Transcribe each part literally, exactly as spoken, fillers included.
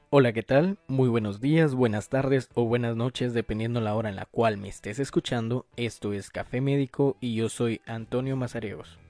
Hola, ¿qué tal? Muy buenos días, buenas tardes o buenas noches, dependiendo la hora en la cual me estés escuchando. Esto es Café Médico y yo soy Antonio Mazariegos.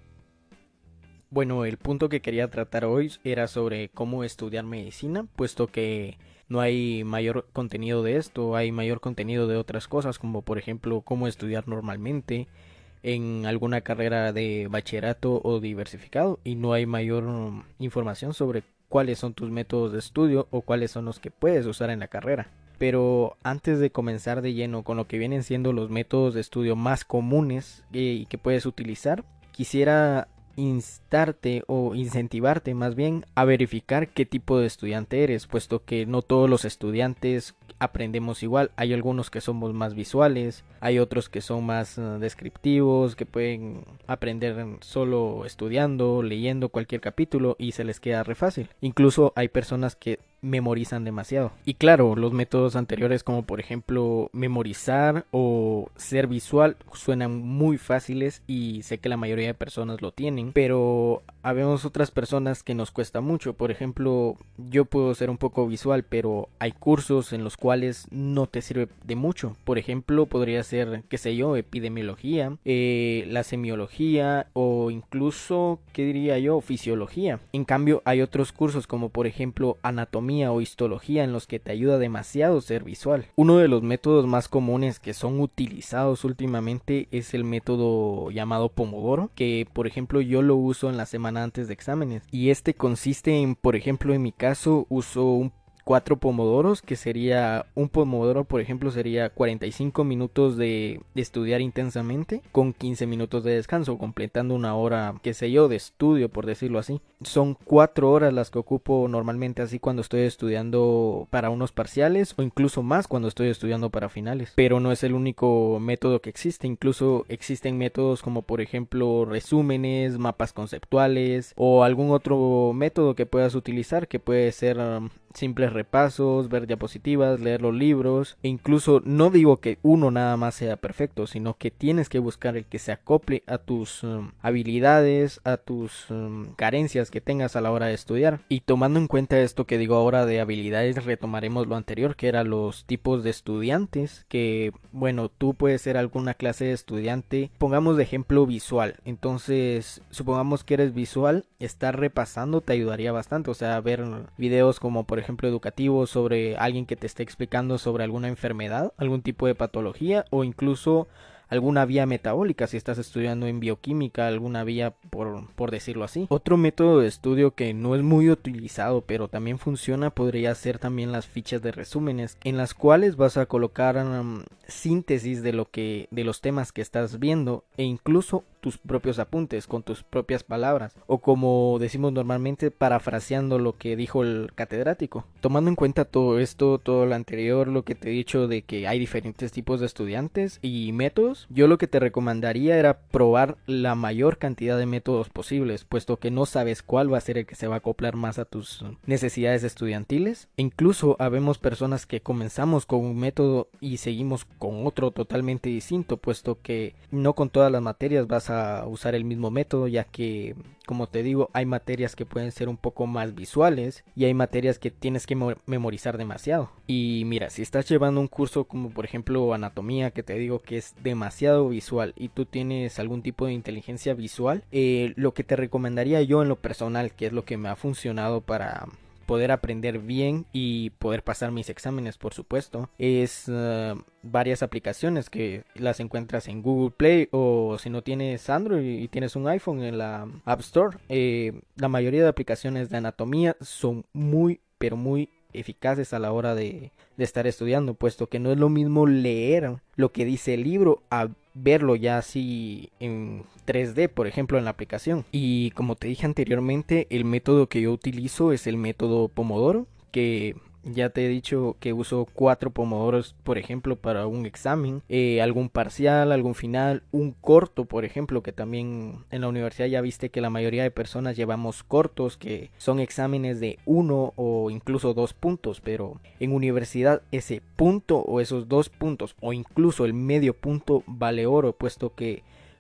Bueno, el punto que quería tratar hoy era sobre cómo estudiar medicina, puesto que no hay mayor contenido de esto, hay mayor contenido de otras cosas, como por ejemplo cómo estudiar normalmente en alguna carrera de bachillerato o diversificado, y no hay mayor mm, información sobre cuáles son tus métodos de estudio o cuáles son los que puedes usar en la carrera. Pero antes de comenzar de lleno con lo que vienen siendo los métodos de estudio más comunes eh, y que puedes utilizar, quisiera instarte o incentivarte más bien a verificar qué tipo de estudiante eres, puesto que no todos los estudiantes aprendemos igual. Hay algunos que somos más visuales, hay otros que son más uh, descriptivos, que pueden aprender solo estudiando, leyendo cualquier capítulo y se les queda re fácil. Incluso hay personas que memorizan demasiado. Y claro, los métodos anteriores como por ejemplo memorizar o ser visual suenan muy fáciles y sé que la mayoría de personas lo tienen, pero habemos otras personas que nos cuesta mucho. Por ejemplo, yo puedo ser un poco visual, pero hay cursos en los cuales no te sirve de mucho. Por ejemplo, podría ser, qué sé yo, epidemiología, eh, la semiología o incluso, qué diría yo, fisiología. En cambio, hay otros cursos como por ejemplo anatomía o histología en los que te ayuda demasiado ser visual. Uno de los métodos más comunes que son utilizados últimamente es el método llamado Pomodoro, que por ejemplo yo lo uso en la semana antes de exámenes, y este consiste en, por ejemplo, en mi caso uso un cuatro pomodoros, que sería un pomodoro, por ejemplo, sería cuarenta y cinco minutos de, de estudiar intensamente con quince minutos de descanso, completando una hora, qué sé yo, de estudio, por decirlo así. Son cuatro horas las que ocupo normalmente así cuando estoy estudiando para unos parciales o incluso más cuando estoy estudiando para finales. Pero no es el único método que existe, incluso existen métodos como por ejemplo resúmenes, mapas conceptuales o algún otro método que puedas utilizar, que puede ser um, simples repasos, ver diapositivas, leer los libros, e incluso no digo que uno nada más sea perfecto, sino que tienes que buscar el que se acople a tus um, habilidades, a tus um, carencias que tengas a la hora de estudiar. Y tomando en cuenta esto que digo ahora de habilidades, retomaremos lo anterior, que era los tipos de estudiantes, que bueno, tú puedes ser alguna clase de estudiante, pongamos de ejemplo visual. Entonces, supongamos que eres visual, estar repasando te ayudaría bastante, o sea, ver videos como por ejemplo educativos sobre alguien que te esté explicando sobre alguna enfermedad, algún tipo de patología o incluso alguna vía metabólica si estás estudiando en bioquímica, alguna vía por, por decirlo así. Otro método de estudio que no es muy utilizado pero también funciona podría ser también las fichas de resúmenes, en las cuales vas a colocar um, síntesis de lo que de los temas que estás viendo e incluso tus propios apuntes con tus propias palabras, o como decimos normalmente, parafraseando lo que dijo el catedrático. Tomando en cuenta todo esto, todo lo anterior, lo que te he dicho de que hay diferentes tipos de estudiantes y métodos, yo lo que te recomendaría era probar la mayor cantidad de métodos posibles, puesto que no sabes cuál va a ser el que se va a acoplar más a tus necesidades estudiantiles. E incluso habemos personas que comenzamos con un método y seguimos con otro totalmente distinto, puesto que no con todas las materias vas a usar el mismo método, ya que, como te digo, hay materias que pueden ser un poco más visuales y hay materias que tienes que memorizar demasiado. Y mira, si estás llevando un curso como por ejemplo anatomía, que te digo que es demasiado visual y tú tienes algún tipo de inteligencia visual, eh, lo que te recomendaría yo en lo personal, que es lo que me ha funcionado para poder aprender bien y poder pasar mis exámenes, por supuesto, es uh, varias aplicaciones que las encuentras en Google Play, o si no tienes Android y tienes un iPhone, en la App Store. Eh, la mayoría de aplicaciones de anatomía son muy pero muy eficaces a la hora de, de estar estudiando, puesto que no es lo mismo leer lo que dice el libro a verlo ya así en tres D, por ejemplo, en la aplicación. Y como te dije anteriormente, el método que yo utilizo es el método Pomodoro, que ya te he dicho que uso cuatro pomodoros, por ejemplo, para un examen, eh, algún parcial, algún final, un corto, por ejemplo, que también en la universidad ya viste que la mayoría de personas llevamos cortos, que son exámenes de uno o incluso dos puntos, pero en universidad ese punto o esos dos puntos o incluso el medio punto vale oro, puesto que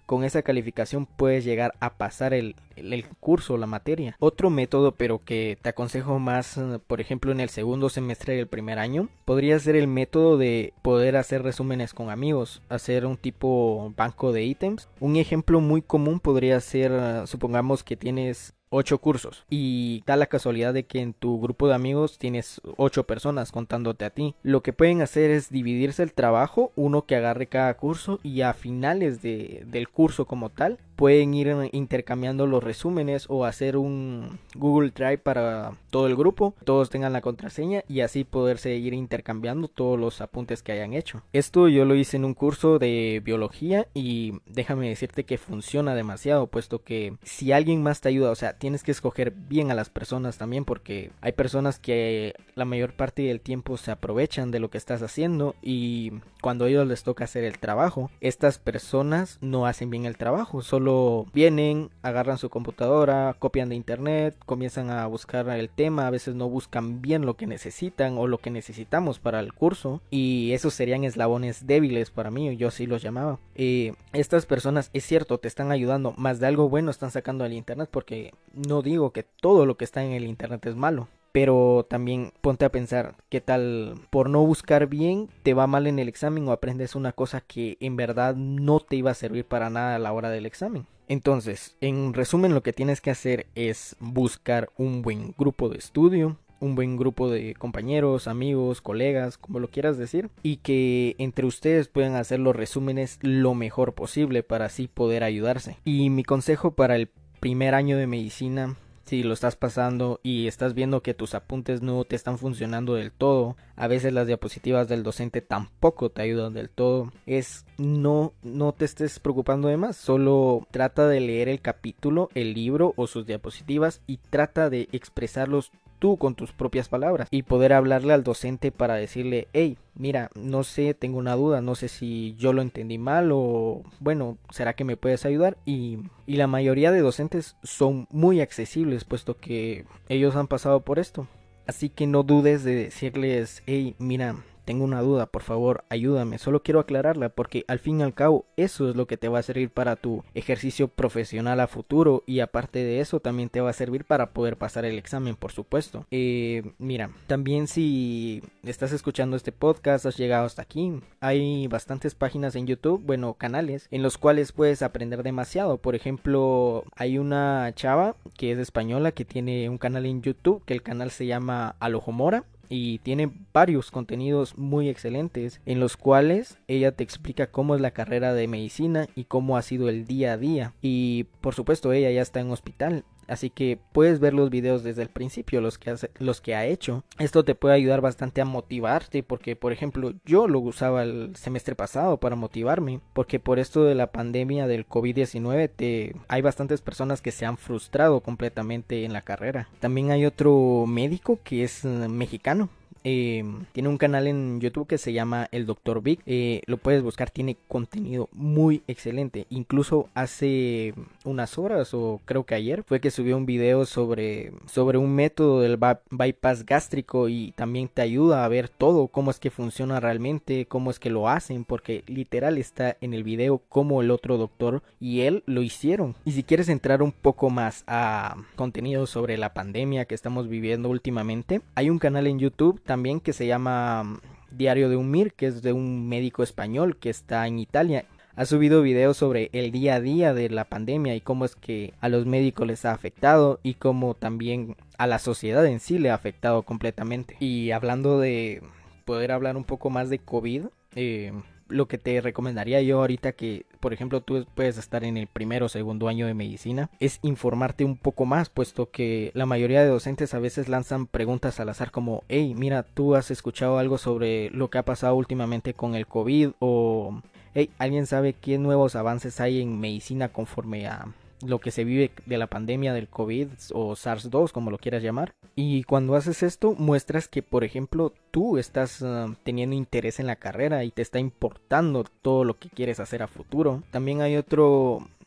con esa calificación puedes llegar a pasar el, el, el curso, la materia. Otro método, pero que te aconsejo más, por ejemplo, en el segundo semestre del primer año, podría ser el método de poder hacer resúmenes con amigos, hacer un tipo banco de ítems. Un ejemplo muy común podría ser, supongamos que tienes ocho cursos y da la casualidad de que en tu grupo de amigos tienes ocho personas contándote a ti. Lo que pueden hacer es dividirse el trabajo, uno que agarre cada curso, y a finales de, del curso como tal pueden ir intercambiando los resúmenes o hacer un Google Drive para todo el grupo, todos tengan la contraseña y así poderse ir intercambiando todos los apuntes que hayan hecho. Esto yo lo hice en un curso de biología y déjame decirte que funciona demasiado, puesto que si alguien más te ayuda, o sea, tienes que escoger bien a las personas también, porque hay personas que la mayor parte del tiempo se aprovechan de lo que estás haciendo y cuando a ellos les toca hacer el trabajo, estas personas no hacen bien el trabajo, solo vienen, agarran su computadora, copian de internet, comienzan a buscar el tema, a veces no buscan bien lo que necesitan o lo que necesitamos para el curso, y esos serían eslabones débiles para mí, yo sí los llamaba. Eh, estas personas, es cierto, te están ayudando, más de algo bueno están sacando del internet, porque no digo que todo lo que está en el internet es malo, pero también ponte a pensar, ¿qué tal por no buscar bien te va mal en el examen o aprendes una cosa que en verdad no te iba a servir para nada a la hora del examen? Entonces, en resumen, lo que tienes que hacer es buscar un buen grupo de estudio, un buen grupo de compañeros, amigos, colegas, como lo quieras decir, y que entre ustedes puedan hacer los resúmenes lo mejor posible para así poder ayudarse. Y mi consejo para el primer año de medicina, si lo estás pasando y estás viendo que tus apuntes no te están funcionando del todo, a veces las diapositivas del docente tampoco te ayudan del todo, es no, no te estés preocupando de más, solo trata de leer el capítulo, el libro o sus diapositivas y trata de expresarlos tú con tus propias palabras y poder hablarle al docente para decirle, hey, mira, no sé, tengo una duda, no sé si yo lo entendí mal o bueno, ¿será que me puedes ayudar? Y, y la mayoría de docentes son muy accesibles, puesto que ellos han pasado por esto. Así que no dudes de decirles, hey, mira, tengo una duda, por favor, ayúdame, solo quiero aclararla, porque al fin y al cabo eso es lo que te va a servir para tu ejercicio profesional a futuro, y aparte de eso también te va a servir para poder pasar el examen, por supuesto. Eh, mira, también si estás escuchando este podcast, has llegado hasta aquí, hay bastantes páginas en YouTube, bueno, canales, en los cuales puedes aprender demasiado. Por ejemplo, hay una chava que es española que tiene un canal en YouTube, que el canal se llama Alojomora, y tiene varios contenidos muy excelentes en los cuales ella te explica cómo es la carrera de medicina y cómo ha sido el día a día, y por supuesto ella ya está en hospital, así que puedes ver los videos desde el principio, los que, hace, los que ha hecho. Esto te puede ayudar bastante a motivarte, porque por ejemplo yo lo usaba el semestre pasado para motivarme, porque por esto de la pandemia del covid diecinueve te... hay bastantes personas que se han frustrado completamente en la carrera. También hay otro médico que es mexicano. Eh, tiene un canal en YouTube que se llama El Doctor Vic, eh, lo puedes buscar, tiene contenido muy excelente. Incluso hace unas horas o creo que ayer fue que subió un video sobre, sobre un método del bypass gástrico, y también te ayuda a ver todo, cómo es que funciona realmente, cómo es que lo hacen, porque literal está en el video cómo el otro doctor y él lo hicieron. Y si quieres entrar un poco más a contenido sobre la pandemia que estamos viviendo últimamente, hay un canal en YouTube también que se llama Diario de un Mir, que es de un médico español que está en Italia. Ha subido videos sobre el día a día de la pandemia y cómo es que a los médicos les ha afectado y cómo también a la sociedad en sí le ha afectado completamente. Y hablando de poder hablar un poco más de COVID, eh, lo que te recomendaría yo ahorita, que por ejemplo tú puedes estar en el primero o segundo año de medicina, es informarte un poco más, puesto que la mayoría de docentes a veces lanzan preguntas al azar como, hey, mira, tú has escuchado algo sobre lo que ha pasado últimamente con el COVID, o hey, ¿alguien sabe qué nuevos avances hay en medicina conforme a lo que se vive de la pandemia del COVID o SARS dos, como lo quieras llamar? Y cuando haces esto, muestras que, por ejemplo, tú estás uh, teniendo interés en la carrera y te está importando todo lo que quieres hacer a futuro. También hay otro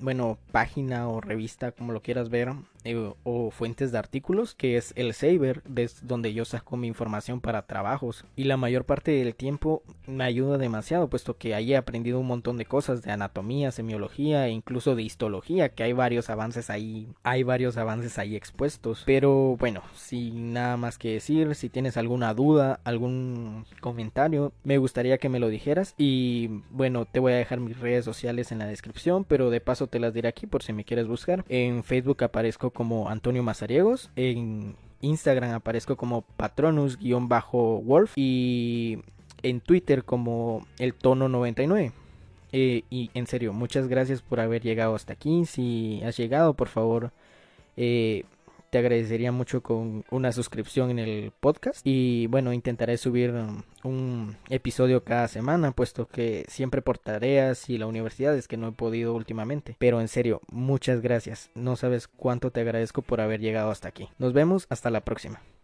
bueno, página o revista, como lo quieras ver, eh, o fuentes de artículos, que es el Saber, es donde yo saco mi información para trabajos. Y la mayor parte del tiempo me ayuda demasiado, puesto que ahí he aprendido un montón de cosas de anatomía, semiología e incluso de histología, que hay varios avances ahí, hay varios avances ahí expuestos. Pero bueno, sin nada más que decir, si tienes alguna duda, algún comentario, me gustaría que me lo dijeras. Y bueno, te voy a dejar mis redes sociales en la descripción, pero de paso te las diré aquí por si me quieres buscar. En Facebook aparezco como Antonio Mazariegos, en Instagram aparezco como Patronus-Wolf y en Twitter como El Tono noventa y nueve. Eh, y en serio, muchas gracias por haber llegado hasta aquí. Si has llegado, por favor, eh, te agradecería mucho con una suscripción en el podcast. Y bueno, intentaré subir um, un episodio cada semana, puesto que siempre por tareas y la universidad es que no he podido últimamente. Pero en serio, muchas gracias. No sabes cuánto te agradezco por haber llegado hasta aquí. Nos vemos hasta la próxima.